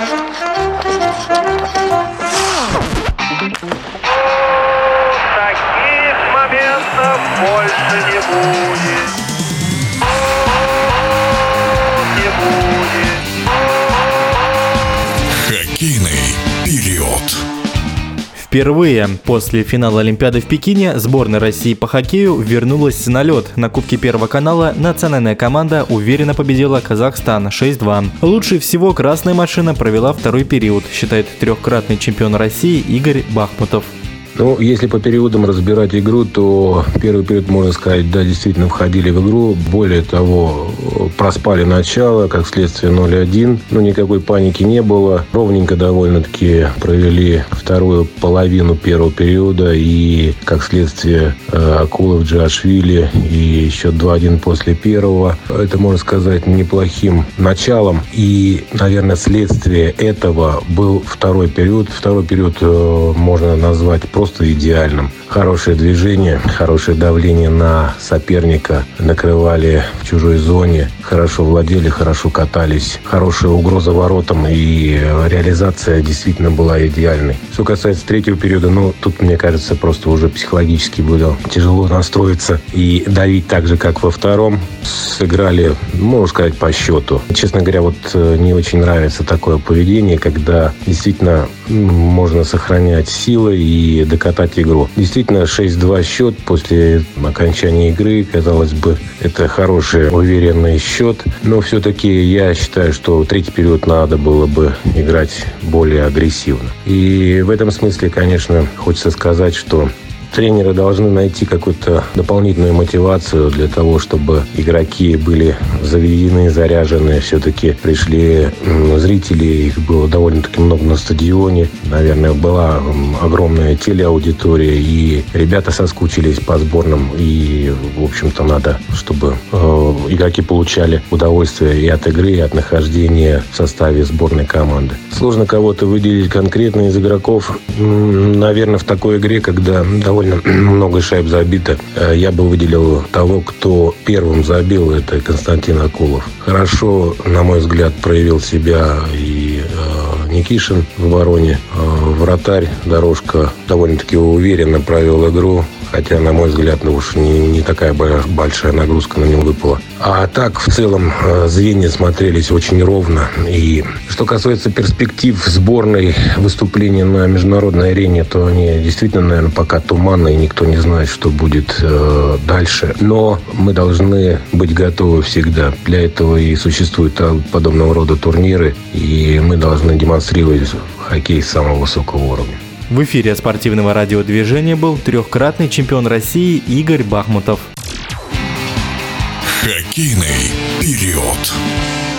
Таких моментов больше не будет. Не будет. Хоккейный период. Впервые после финала Олимпиады в Пекине сборная России по хоккею вернулась на лед. На Кубке Первого канала национальная команда уверенно победила Казахстан 6-2. Лучше всего красная машина провела второй период, считает трехкратный чемпион России Игорь Бахмутов. Если по периодам разбирать игру, то первый период, можно сказать, да, действительно входили в игру. Более того, проспали начало, как следствие 0-1. Никакой паники не было. Ровненько довольно-таки провели вторую половину первого периода. И, как следствие, Акулов, Джиашвили и счет 2-1 после первого. Это, можно сказать, неплохим началом. И, наверное, следствие этого был второй период. Второй период можно назвать просто идеальным. Хорошее движение, хорошее давление на соперника. Накрывали в чужой зоне. Хорошо владели, хорошо катались. Хорошая угроза воротам. И реализация действительно была идеальной. Что касается третьего периода, тут, мне кажется, просто уже психологически было тяжело настроиться и давить так же, как во втором. Сыграли, можно сказать, по счету. Честно говоря, не очень нравится такое поведение, когда действительно можно сохранять силы и докатать игру. Действительно, 6-2 счет после окончания игры. Казалось бы, это хороший, уверенный счет. Но все-таки я считаю, что третий период надо было бы играть более агрессивно. И в этом смысле, конечно, хочется сказать, что тренеры должны найти какую-то дополнительную мотивацию для того, чтобы игроки были заведены, заряжены. Все-таки пришли зрители, их было довольно-таки много на стадионе. Наверное, была огромная телеаудитория, и ребята соскучились по сборным. И, в общем-то, надо, чтобы игроки получали удовольствие и от игры, и от нахождения в составе сборной команды. Сложно кого-то выделить конкретно из игроков. Наверное, в такой игре, когда довольно много шайб забито, я бы выделил того, кто первым забил, это Константин Акулов. Хорошо, на мой взгляд, проявил себя и Никишин в обороне. Вратарь Дорожка довольно-таки уверенно провел игру. Хотя, на мой взгляд, не такая большая нагрузка на него выпала. А так, в целом, звенья смотрелись очень ровно. И что касается перспектив сборной выступления на международной арене, то они действительно, наверное, пока туманны, и никто не знает, что будет дальше. Но мы должны быть готовы всегда. Для этого и существуют подобного рода турниры. И мы должны демонстрировать хоккей самого высокого уровня. В эфире спортивного радиодвижения был трехкратный чемпион России Игорь Бахмутов. Хоккейный период.